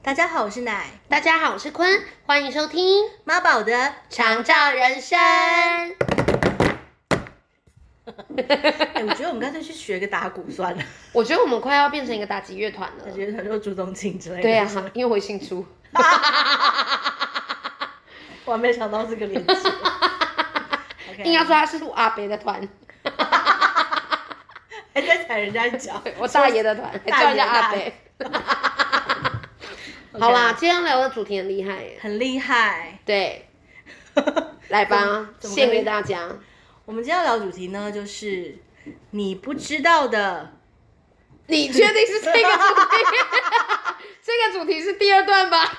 大家好，我是奶。 大家好，我是坤，欢迎收听妈宝的长照人生。 我觉得我们干脆去学个打鼓算了。 我觉得我们快要变成一个打击乐团了。 打击乐团就是朱宗庆之类的。 对啊，因为我姓朱。 我还没想到这个连接。 硬要说他是录阿北的团。 还在踩人家一脚。 我大爷的团，还叫人家阿北。好啦，今天聊的主题很厉害耶， 很厉害。 对，来吧，献给大家。 我们今天要聊主题呢，就是你不知道的。 你确定是这个主题？这个主题是第二段吧？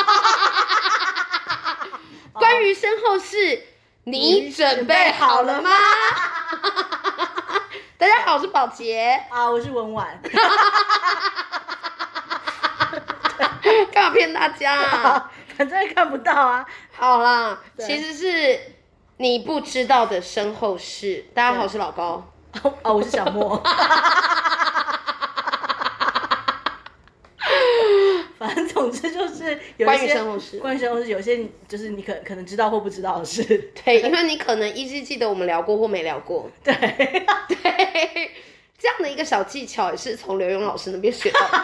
关于身后事，你准备好了吗？大家好，我是宝洁啊，我是文婉。 干嘛骗大家啊？ 反正看不到啊。 好啦，其实是你不知道的身后事。大家好，我是老高。 哦，我是小莫。反正总之就是有一些关于身后事， 关于身后事有些就是你可能知道或不知道的事。 对，因为你可能依稀记得我们聊过或没聊过。 对对，这样的一个小技巧也是从刘墉老师那边学到的。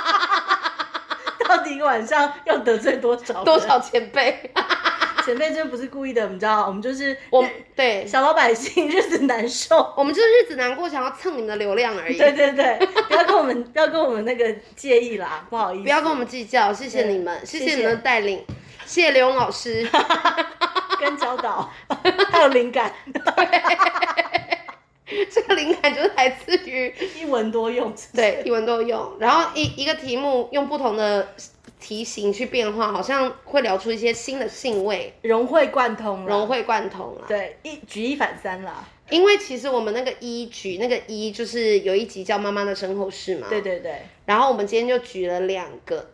到底一个晚上要得罪多少前辈？ 前辈真不是故意的，你知道，我们就是对小老百姓日子难受， 我们就是日子难过，想要蹭你们的流量而已。 对对对，不要跟我们那个介意啦，不好意思， 不要跟我们计较，谢谢你们，谢谢你们的带领，谢谢刘墉老师跟教导，还有灵感。 这个灵感就是来自于一文多用， 对，一文多用，然后一个题目用不同的题型去变化，好像会聊出一些新的兴味， 融会贯通啦。 对，举一反三啦。 因为其实我们那个举那个就是有一集叫妈妈的身后事嘛。 对对对。 然后我们今天就举了2个，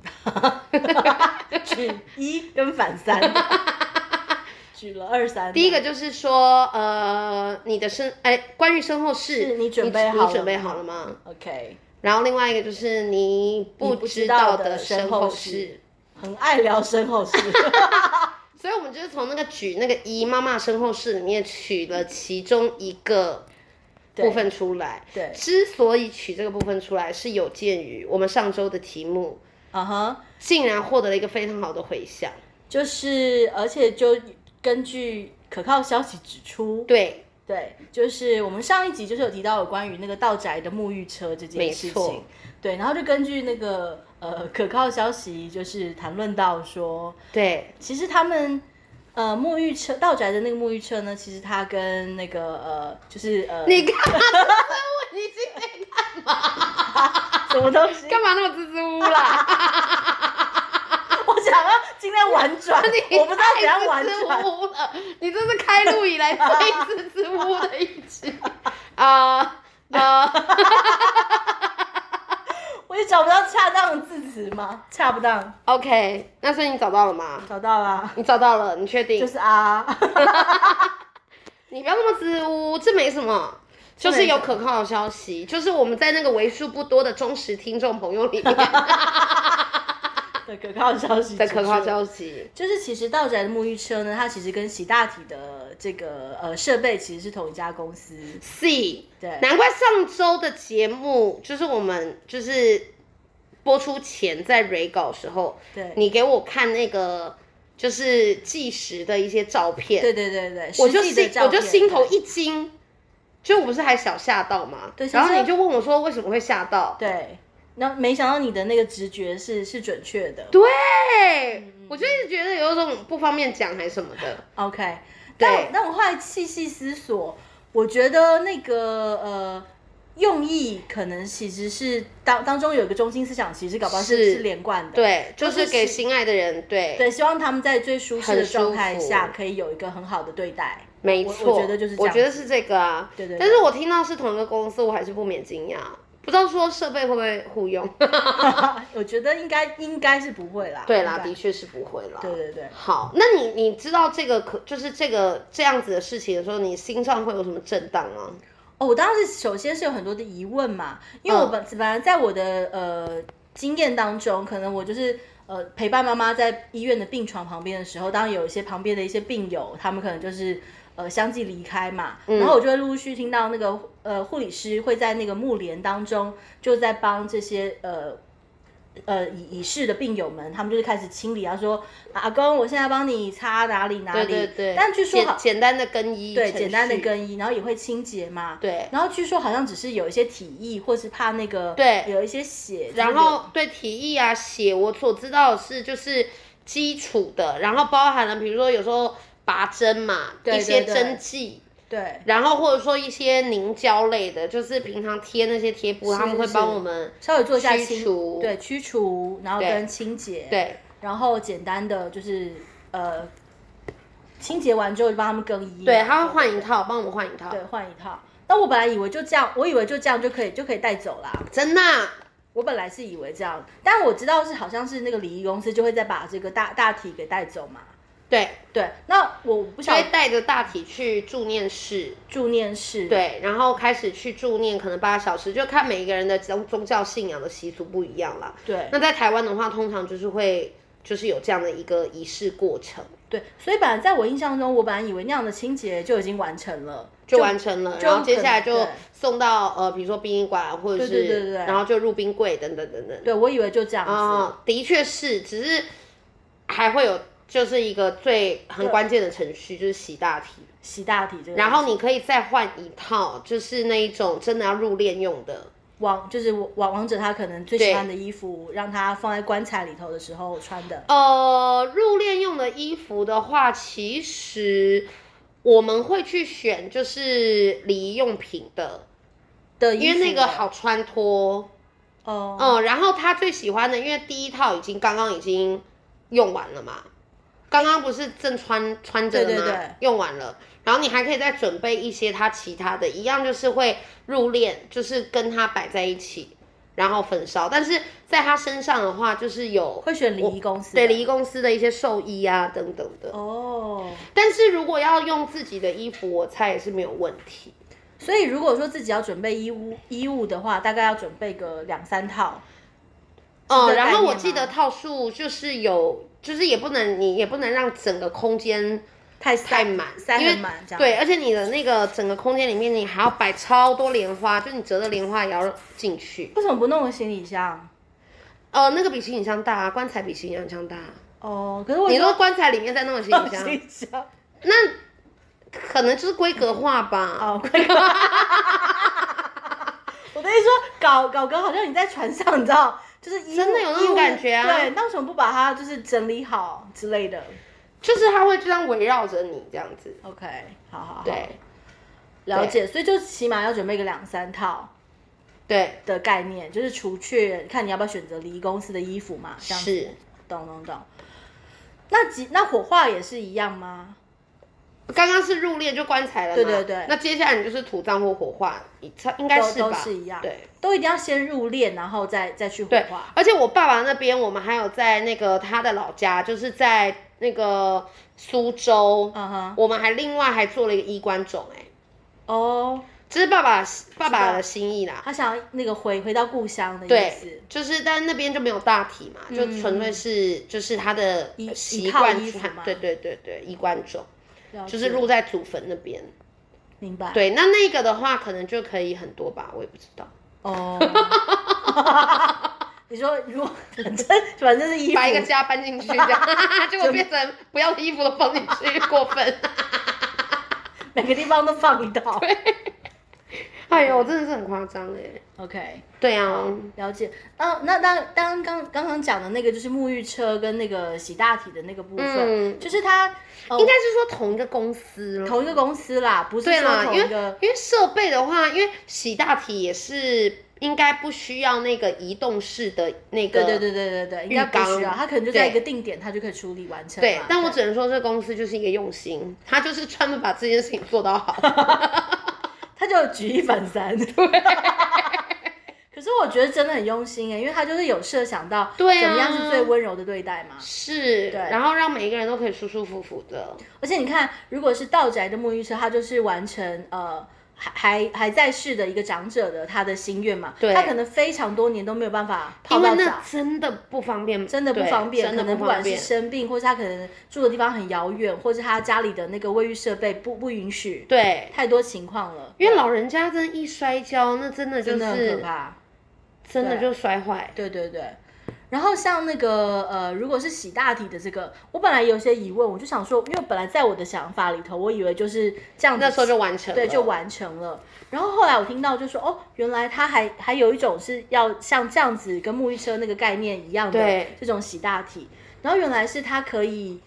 举一跟反三。举了2、3。 第一个就是说，你的关于身后事， 你准备好了吗 ？OK。然后另外一个就是你不知道的身后事， 很爱聊身后事。 所以我们就是从那个举那个妈妈身后事里面取了其中一个部分出来。 对。 之所以取这个部分出来，是有鉴于我们上周的题目，竟然获得了一个非常好的回响， 就是而且就根据可靠消息指出，对，就是我们上一集就是有提到有关于那个到宅的沐浴车这件事情，对，然后就根据那个可靠消息，就是谈论到说，对，其实他们沐浴车到宅的那个沐浴车呢，其实它跟那个就是你干嘛？你今天干嘛？ 什么东西？ 干嘛那么支支吾吾啦？ 我想要尽量婉转，我不知道怎样婉转了。你这是开录以来最支支吾吾的一集我也找不到恰当的字词吗？恰不当。 OK， 那所以你找到了吗？ 找到了。 你找到了，你确定？ 就是啊。 你不要那么支吾，这没什么，就是有可靠的消息，就是我们在那个为数不多的忠实听众朋友里面。 的可靠消息，就是其实到宅的沐浴车呢，它其实跟洗大体的这个设备其实是同一家公司。 对，难怪上周的节目就是我们就是播出前在re稿的时候，对，你给我看那个就是计时的一些照片， 对， 我就心头一惊，就我不是还小吓到吗？对，然后你就问我说为什么会吓到？ 对。那没想到你的那个直觉是准确的， 对，我就一直觉得有一种不方便讲还是什么的。 OK， 但我后来细思索，我觉得那个用意可能其实是当中有一个中心思想，其实搞不好是连贯的， 对，就是给心爱的人，对， 希望他们在最舒适的状态下可以有一个很好的对待。 没错， 我觉得就是这样， 我觉得是这个啊，对。但是我听到是同一个公司，我还是不免惊讶。不知道说设备会不会互用？ 我觉得应该是不会啦。 对啦，的确是不会啦。 对。 好，那你知道这个就是这样子的事情的时候，你心上会有什么震荡吗？ 我当时首先是有很多的疑问嘛，因为我本来在我的经验当中，可能我就是陪伴妈妈在医院的病床旁边的时候，当然有一些旁边的一些病友，他们可能就是相继离开嘛，然后我就会陆陆续听到那个护理师会在那个幕帘当中就在帮这些已逝的病友们，他们就是开始清理，说阿公，我现在帮你擦哪里哪里。 对对对。 但据说简单的更衣， 对，简单的更衣，然后也会清洁嘛。 对。 然后据说好像只是有一些体液，或是怕那个对有一些血。 然后对体液啊血，我所知道的是就是基础的，然后包含了比如说有时候拔针嘛， 对一些针剂。 对， 然后或者说一些凝胶类的，就是平常贴那些贴布，他们会帮我们稍微做一下驱除， 对，驱除，然后跟清洁， 对， 然后简单的就是清洁完之后就帮他们更衣， 对，他会换一套，帮我们换一套， 对，换一套。但我本来以为就这样，我以为就这样就可以带走啦， 真的啊。 我本来是以为这样，但我知道是好像是那个礼仪公司就会再把这个大体给带走嘛。对，那我不晓得， 会带着大体去助念室， 对， 然后开始去助念，可能8小时，就看每一个人的宗教信仰的习俗不一样啦。 对， 那在台湾的话，通常就是有这样的一个仪式过程。 对，所以本来在我印象中，我本来以为那样的清洁就已经完成了， 然后接下来就送到比如说殡仪馆，或者是对， 然后就入冰柜等等等等。 对，我以为就这样子。 的确是，只是还会有。就是一个很关键的程序，就是洗大体这个， 然后你可以再换一套，就是那一种真的要入殓用的就是王者他可能最喜欢的衣服，让他放在棺材里头的时候穿的。 入殓用的衣服的话，其实我们会去选就是礼仪用品的衣服，因为那个好穿脱。然后他最喜欢的，因为第一套刚刚已经用完了嘛。刚刚不是正穿着的吗？ 对， 用完了，然后你还可以再准备一些它其他的，一样就是会入殓，就是跟它摆在一起，然后焚烧。但是在他身上的话，就是会选礼仪公司， 对，礼仪公司的一些寿衣啊等等的。但是如果要用自己的衣服，我猜也是没有问题。 所以如果说自己要准备衣物的话，大概要准备个2-3套。 然后我记得套数就是就是你也不能让整个空间太满， 塞很满这样。 对，而且你的那个整个空间里面，你还要摆超多莲花，就你折的莲花也要进去。 为什么不弄个行李箱？ 那个比行李箱大，棺材比行李箱大。 可是你说棺材里面再弄个行李箱，那可能就是规格化吧。 规格化。我跟你说，搞哥好像你在船上，你知道。就是真的有那种感觉啊！ 对，那为什么不把它就是整理好之类的？ 就是它会这样围绕着你这样子。 OK， 好， 对， 了解。所以就起码要准备个2-3套， 对的概念，就是除却看你要不要选择礼仪公司的衣服嘛，这样子。 是， 懂。那火化也是一样吗？ 刚刚是入殓就棺材了嘛？ 对。 那接下来你就是土葬或火化，应该是吧？ 都是一样， 对， 都一定要先入殓，然后再去火化。 而且我爸爸那边，我们还有在那个他的老家，就是在那个苏州，我们还另外还做了一个衣冠冢，这是爸爸的心意啦， 他想要那个回到故乡的意思。 对，就是但那边就没有大体嘛，就纯粹是就是他的习惯对，衣冠冢。就是入在祖坟那边， 明白？ 对，那个的话可能就可以很多吧，我也不知道。 你说如果反正是衣服， 把一个家搬进去这样，结果变成不要的衣服都放进去，过分。 每个地方都放一套。 对。哎呦，真的是很夸张哎。 OK。 对啊， 了解。那刚刚讲的那个就是沐浴车跟那个洗大体的那个部分，就是它应该是说同一个公司了， 同一个公司啦，不是说同一个。 因为设备的话，因为洗大体也是应该不需要那个移动式的那个， 对，应该不需要，它可能就在一个定点，它就可以处理完成。 对，但我只能说这公司就是一个用心，他就是专门把这件事情做到好， 他就举一反三。对。可是我觉得真的很用心因为他就是有设想到怎么样是最温柔的对待嘛， 是，对，然后让每一个人都可以舒舒服服的。 而且你看，如果是道宅的沐浴车，它就是完成还在世的一个长者的他的心愿嘛，他可能非常多年都没有办法泡到澡， 因为那真的不方便， 真的不方便，可能不管是生病，或是他可能住的地方很遥远，或是他家里的那个卫浴设备不允许， 对， 太多情况了。 因为老人家真的一摔跤，那真的就是真的很可怕， 真的就摔坏。 对对对。然后像那个如果是洗大体的这个，我本来有些疑问，我就想说，因为本来在我的想法里头，我以为就是这样子， 那时候就完成了， 对，就完成了。然后后来我听到就说，哦，原来它还有一种是要像这样子跟沐浴车那个概念一样的这种洗大体，然后原来是它可以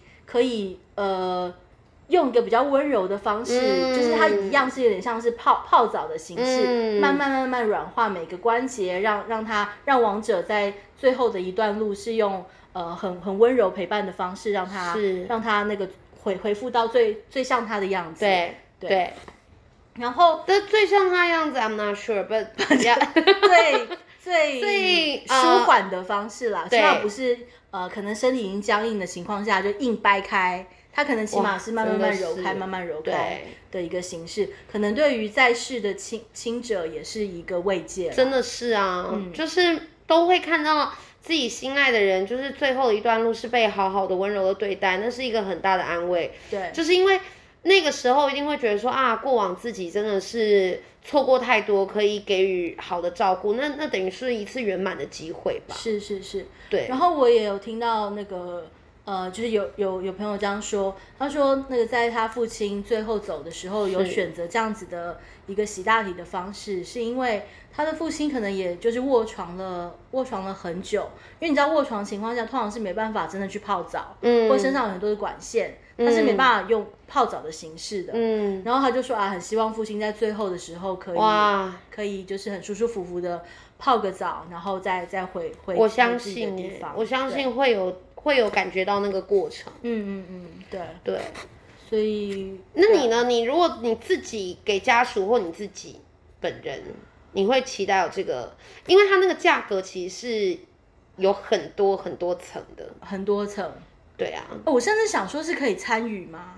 用一个比较温柔的方式，就是它一样是有点像是泡澡的形式，慢慢软化每个关节，让王者在最后的一段路是用很温柔陪伴的方式，让他那个恢复到最像他的样子。对。然后最像他样子 ，I'm not sure，but 最舒缓的方式啦，起码不是可能身体已经僵硬的情况下就硬掰开。它可能起码是慢慢揉开，慢慢揉开的一个形式，可能对于在世的亲者也是一个慰藉。 真的是啊，就是都会看到自己心爱的人，就是最后一段路是被好好的、温柔的对待，那是一个很大的安慰。 对， 就是因为那个时候一定会觉得说啊，过往自己真的是错过太多，可以给予好的照顾，那等于是一次圆满的机会吧。 是， 对。 然后我也有听到那个。就是有朋友这样说，他说那个在他父亲最后走的时候，有选择这样子的一个洗大体的方式，是因为他的父亲可能也就是卧床了很久，因为你知道卧床情况下，通常是没办法真的去泡澡，或身上有很多的管线，他是没办法用泡澡的形式的，然后他就说啊，很希望父亲在最后的时候可以就是很舒舒服服的泡个澡，然后再回我相信自己的地方， 我相信会有感觉到那个过程。 对。所以， 那你呢？你如果你自己给家属或你自己本人，你会期待有这个？因为它那个价格其实是有很多很多层的， 很多层。 对啊， 我甚至想说是可以参与吗？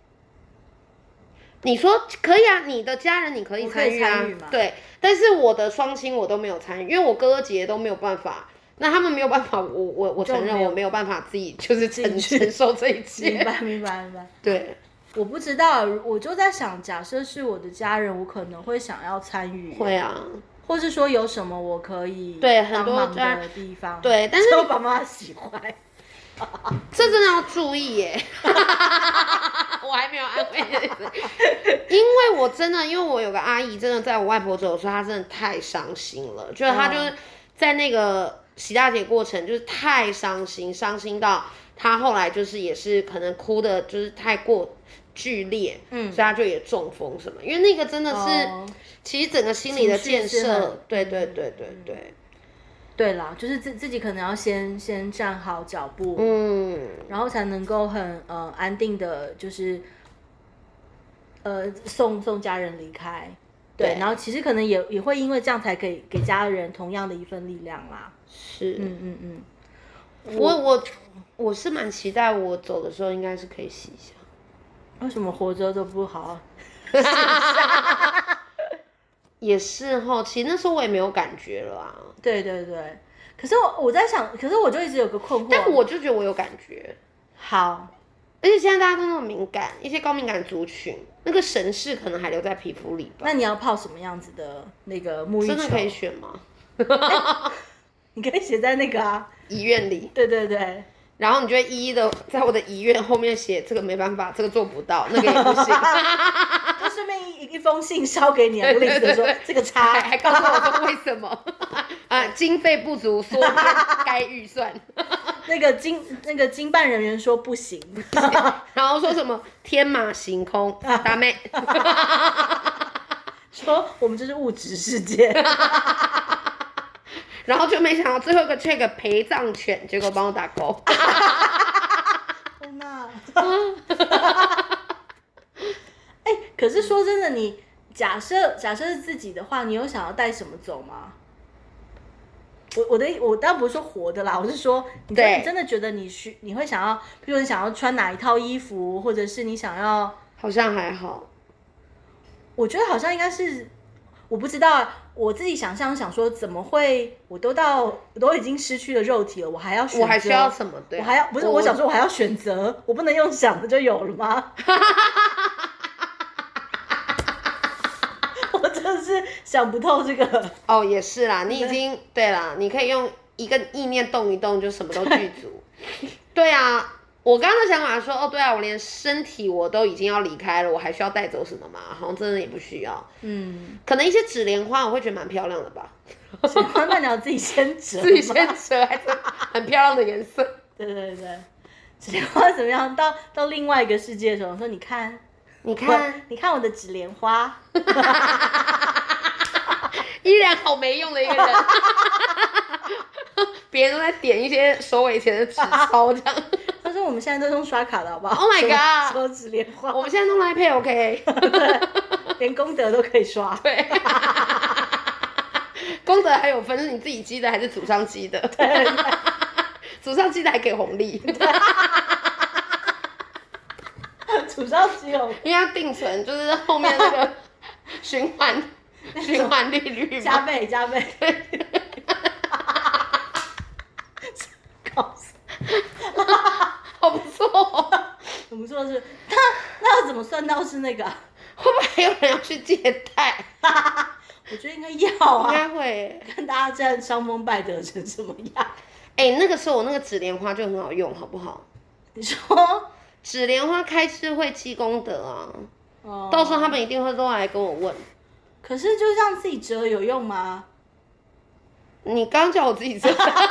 你说可以啊，你的家人你可以参与啊，对。但是我的双亲我都没有参与，因为我哥哥姐姐都没有办法。那他们没有办法，我承认我没有办法自己就是承受这一切。 明白。 对， 我不知道，我就在想，假设是我的家人，我可能会想要参与。 会啊， 或是说有什么我可以很多的地方。 对，但是我爸妈喜欢。 这真的要注意耶！我还没有安慰因为我真的，因为我有个阿姨，真的在我外婆走的时候，她真的太伤心了，就是她就是在那个洗大体过程就是太伤心到她后来就是也是可能哭的就是太过剧烈，所以她就也中风什么，因为那个真的是其实整个心理的建设，对。对啦，就是自己可能要先站好脚步，然后才能够很安定的，就是送家人离开，对，然后其实可能也会因为这样才可以给家人同样的一份力量啦。 是，我是蛮期待我走的时候应该是可以洗一下。 为什么活着都不好？ 也是齁，其实那时候我也没有感觉了啊。 对。可是我在想，可是我就一直有个困惑， 但我就觉得我有感觉。 好， 而且现在大家都那么敏感，一些高敏感族群，那个神识可能还留在皮肤里吧。 那你要泡什么样子的那个沐浴球？ 真的可以选吗？ 你可以写在那个遗愿里。 对。然后你就会一一的在我的遗愿后面写这个没办法，这个做不到，那个也不行。 就顺便一封信烧给你，不吝啬说这个差， 还告诉我说为什么经费不足，缩编该预算。 那个经办人员说不行， 然后说什么天马行空，大妹说我们这是物质世界。 然后就没想到最后一个 check 陪葬犬，结果帮我打勾。 天哪！可是说真的，你假设是自己的话，你有想要带什么走吗？我当然不是说活的啦，我是说你真的觉得你会想要，比如你想要穿哪一套衣服，或者是你想要， 好像还好。 我觉得好像应该是，我不知道，我自己想说，怎么会？我都已经失去了肉体了，我还要选择， 我还需要什么？对， 我还要不是我想说，我还要选择，我不能用想的就有了吗？我真的是想不透这个。 哦，也是啦，你已经对啦，你可以用一个意念动一动，就什么都具足。对啊。我刚刚的想法说，哦，对啊，我连身体我都已经要离开了，我还需要带走什么吗？好像真的也不需要。可能一些纸莲花我会觉得蛮漂亮的吧。 纸莲花那你要自己先折， 自己先折，还是很漂亮的颜色。 对对对，纸莲花怎么样？到另外一个世界的时候，我说你看我的纸莲花， 依然好没用的一个人。别人都在点一些收尾前的纸钞这样。 他说我们现在都用刷卡的好不好 ？Oh my god！ 说纸莲花， 我们现在弄 Line Pay OK， 对，连功德都可以刷。 对，功德还有分是你自己积的还是祖上积的？ 对， 祖上积的还给红利。 祖上积有， 因为它定存就是后面那个循环利率加倍。 好不错， 怎么说是那要怎么算到是那个？ 会不会还有人要去借贷？ 我觉得应该要啊， 应该会。 看大家这样伤风败德成什么样。 那个时候我那个纸莲花就很好用，好不好？ 你说纸莲花开智慧积功德啊，到时候他们一定会都来跟我问。 可是就让自己折有用吗？ 你刚叫我自己折。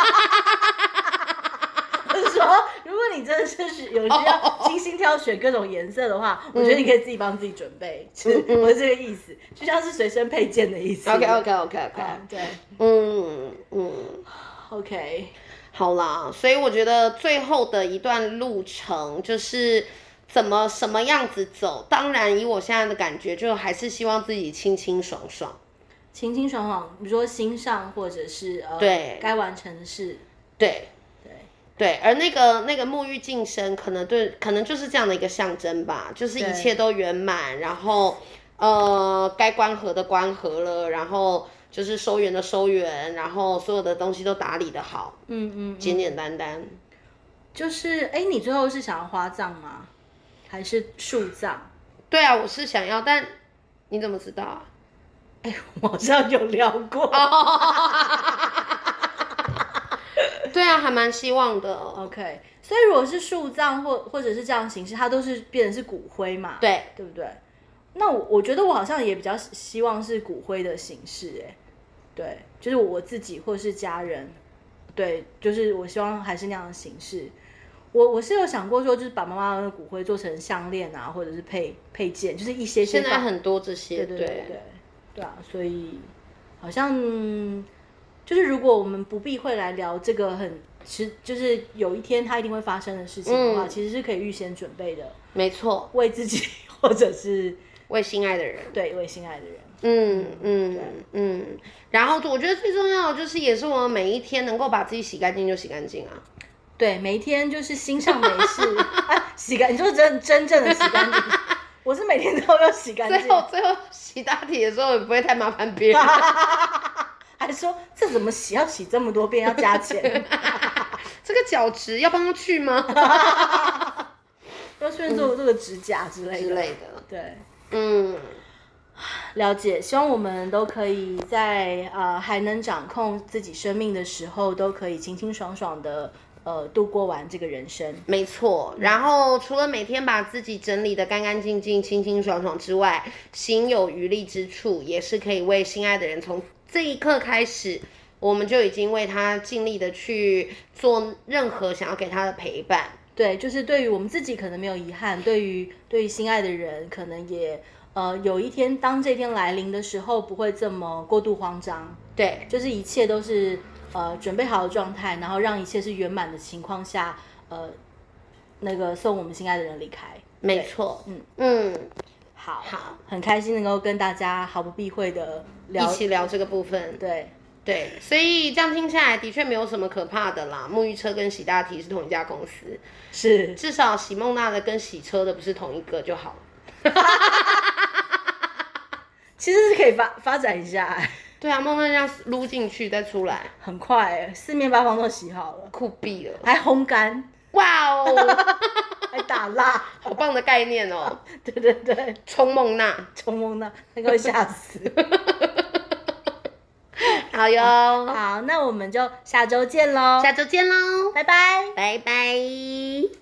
说，如果你真的是有需要精心挑选各种颜色的话，我觉得你可以自己帮自己准备，我是这个意思，就像是随身配件的意思。 OK， 对，OK， 好啦，所以我觉得最后的一段路程就是什么样子走。当然，以我现在的感觉，就还是希望自己清清爽爽， 清清爽爽。比如说心上，或者是对该完成的事， 对，而那个沐浴净身，可能就是这样的一个象征吧，就是一切都圆满，然后该关合的关合了，然后就是收圆的收圆，然后所有的东西都打理的好，简简单单。 就是你最后是想要花葬吗？还是树葬？ 对啊，我是想要，但你怎么知道啊？ 我好像有聊过。 对啊，还蛮希望的。 OK， 所以如果是树葬或者是这样的形式，它都是变成是骨灰嘛？ 对不对？那我觉得我好像也比较希望是骨灰的形式，对，就是我自己或是家人，对，就是我希望还是那样的形式。我是有想过说，就是把妈妈的骨灰做成项链啊，或者是配件，就是一些现在很多这些， 对啊，所以好像。就是如果我们不避讳来聊这个就是有一天它一定会发生的事情的话，其实是可以预先准备的。 没错， 为自己或者是为心爱的人， 对，为心爱的人。 然后我觉得最重要的就是，也是我们每一天能够把自己洗干净就洗干净啊。 对，每一天就是心上没事，洗干净，就是真正的洗干净。我是每天都要洗干净。 最后洗大体的时候也不会太麻烦别人。 还说这怎么洗要洗这么多遍，要加钱。 这个角质要帮他去吗？ 要顺便做这个指甲之类的。对，了解。希望我们都可以在还能掌控自己生命的时候，都可以清清爽爽的度过完这个人生。 没错。然后除了每天把自己整理的干干净净、清清爽爽之外，行有余力之处，也是可以为心爱的人从这一刻开始，我们就已经为他尽力的去做任何想要给他的陪伴。 对，就是对于我们自己可能没有遗憾，对于心爱的人，可能也有一天当这天来临的时候，不会这么过度慌张。 对， 就是一切都是准备好的状态，然后让一切是圆满的情况下，那个送我们心爱的人离开。 没错，好， 很开心能够跟大家毫不避讳的一起聊这个部分。对，所以这样听下来的确没有什么可怕的啦。沐浴车跟洗大体是同一家公司， 是至少洗梦娜的跟洗车的不是同一个就好了。 其实是可以发展一下。 对啊，慢慢这样撸进去再出来， 很快四面八方都洗好了， 酷毙了， 还烘干，哇哦，还打蜡， 好棒的概念哦。 对对对， 冲梦娜， 那个会吓死。 好哟， 好，那我们就下周见喽， 拜拜， 拜拜。